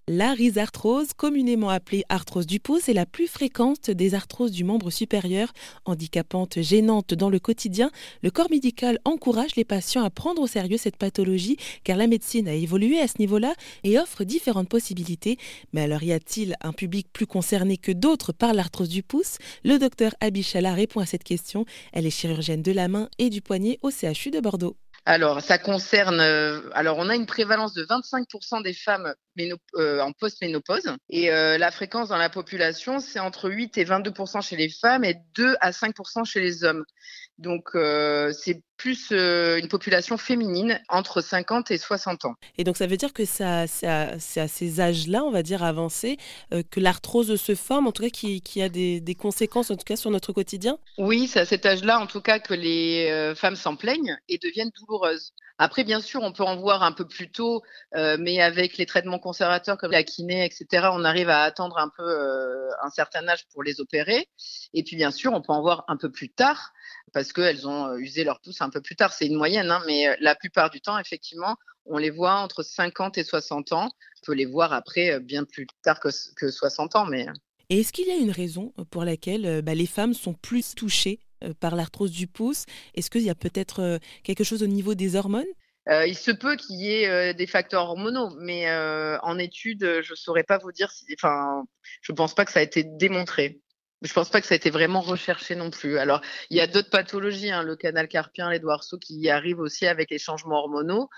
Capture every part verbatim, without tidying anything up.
La rhizarthrose, communément appelée arthrose du pouce, est la plus fréquente des arthroses du membre supérieur, handicapante, gênante dans le quotidien. Le corps médical encourage les patients à prendre au sérieux cette pathologie car la médecine a évolué à ce niveau-là et offre différentes possibilités. Mais alors y a-t-il un public plus concerné que d'autres par l'arthrose du pouce? Le docteur Abishala répond à cette question. Elle est chirurgienne de la main et du poignet au C H U de Bordeaux. Alors, ça concerne. euh, alors, on a une prévalence de vingt-cinq pour cent des femmes méno- euh, en post-ménopause. Et euh, la fréquence dans la population, c'est entre huit et vingt-deux pour cent chez les femmes et deux à cinq pour cent chez les hommes. Donc, euh, c'est plus euh, une population féminine entre cinquante et soixante ans. Et donc ça veut dire que ça, c'est à, c'est à ces âges-là, on va dire avancés, euh, que l'arthrose se forme, en tout cas qui, qui a des, des conséquences en tout cas sur notre quotidien. Oui, c'est à cet âge-là, en tout cas, que les euh, femmes s'en plaignent et deviennent douloureuses. Après, bien sûr, on peut en voir un peu plus tôt, euh, mais avec les traitements conservateurs comme la kiné, et cetera, on arrive à attendre un peu euh, un certain âge pour les opérer. Et puis, bien sûr, on peut en voir un peu plus tard parce qu'elles ont euh, usé leur pouce un peu plus tard. C'est une moyenne, hein, mais euh, la plupart du temps, effectivement, on les voit entre cinquante et soixante ans. On peut les voir après euh, bien plus tard que, que soixante ans, mais Et est-ce qu'il y a une raison pour laquelle euh, bah, les femmes sont plus touchées euh, par l'arthrose du pouce? Est-ce qu'il y a peut-être euh, quelque chose au niveau des hormones? Euh, il se peut qu'il y ait euh, des facteurs hormonaux, mais euh, en études, euh, je ne saurais pas vous dire si. Enfin, je ne pense pas que ça a été démontré. Je ne pense pas que ça a été vraiment recherché non plus. Alors, il y a d'autres pathologies, hein, le canal carpien, les doigts arceaux, qui y arrivent aussi avec les changements hormonaux.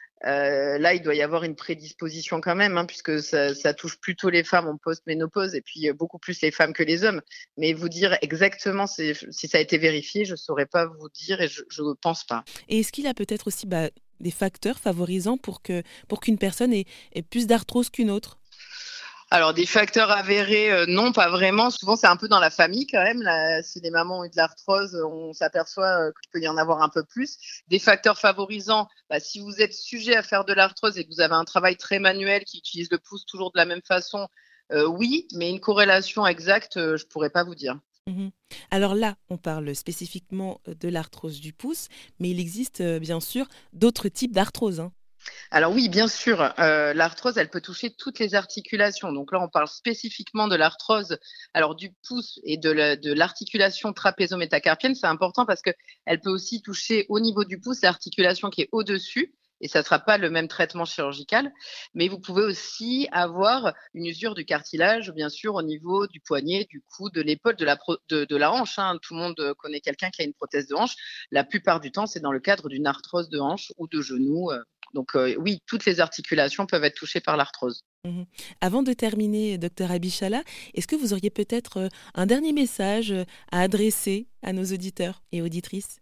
Euh, là, il doit y avoir une prédisposition quand même, hein, puisque ça, ça touche plutôt les femmes en post-ménopause et puis euh, beaucoup plus les femmes que les hommes. Mais vous dire exactement si, si ça a été vérifié, je ne saurais pas vous dire et je ne pense pas. Et est-ce qu'il y a peut-être aussi bah, des facteurs favorisants pour que, pour qu'une personne ait, ait plus d'arthrose qu'une autre? Alors, des facteurs avérés, euh, non, pas vraiment. Souvent, c'est un peu dans la famille quand même. Là, si les mamans ont eu de l'arthrose, on s'aperçoit euh, qu'il peut y en avoir un peu plus. Des facteurs favorisants, bah, si vous êtes sujet à faire de l'arthrose et que vous avez un travail très manuel qui utilise le pouce toujours de la même façon, euh, oui, mais une corrélation exacte, euh, je ne pourrais pas vous dire. Mhm. Alors là, on parle spécifiquement euh, de l'arthrose du pouce, mais il existe euh, bien sûr d'autres types d'arthrose, hein. Alors oui, bien sûr, euh, l'arthrose, elle peut toucher toutes les articulations. Donc là, on parle spécifiquement de l'arthrose, alors du pouce et de la- de l'articulation trapézo-métacarpienne. C'est important parce que elle peut aussi toucher au niveau du pouce l'articulation qui est au-dessus. Et ça ne sera pas le même traitement chirurgical, mais vous pouvez aussi avoir une usure du cartilage, bien sûr, au niveau du poignet, du cou, de l'épaule, de la, pro- de, de la hanche, hein. Tout le monde connaît quelqu'un qui a une prothèse de hanche. La plupart du temps, c'est dans le cadre d'une arthrose de hanche ou de genou. euh, donc euh, oui, toutes les articulations peuvent être touchées par l'arthrose. Mhm. Avant de terminer, docteur Abishala, est-ce que vous auriez peut-être euh, un dernier message euh, à adresser à nos auditeurs et auditrices?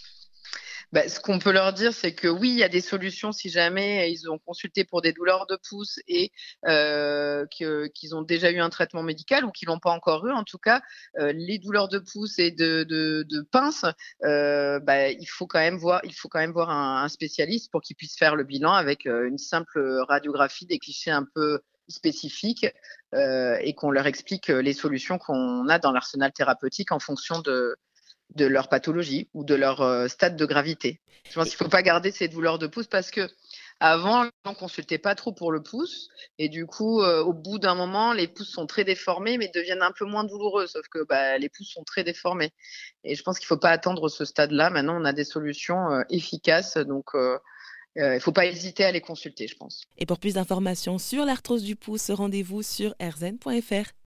Bah, ce qu'on peut leur dire, c'est que oui, il y a des solutions si jamais ils ont consulté pour des douleurs de pouce et euh, que- qu'ils ont déjà eu un traitement médical ou qu'ils l'ont pas encore eu. En tout cas, euh, les douleurs de pouce et de, de, de pince, euh, bah, il faut quand même voir, il faut quand même voir un, un spécialiste pour qu'il puisse faire le bilan avec euh, une simple radiographie, des clichés un peu spécifiques euh, et qu'on leur explique euh, les solutions qu'on a dans l'arsenal thérapeutique en fonction de de leur pathologie ou de leur euh, stade de gravité. Je pense qu'il ne faut pas garder ces douleurs de pouce parce que avant, on ne consultait pas trop pour le pouce et du coup, euh, au bout d'un moment, les pouces sont très déformés mais deviennent un peu moins douloureux, sauf que bah, les pouces sont très déformés. Et je pense qu'il ne faut pas attendre ce stade-là. Maintenant, on a des solutions euh, efficaces, donc euh, euh, il ne faut pas hésiter à les consulter, je pense. Et pour plus d'informations sur l'arthrose du pouce, rendez-vous sur r zen point f r.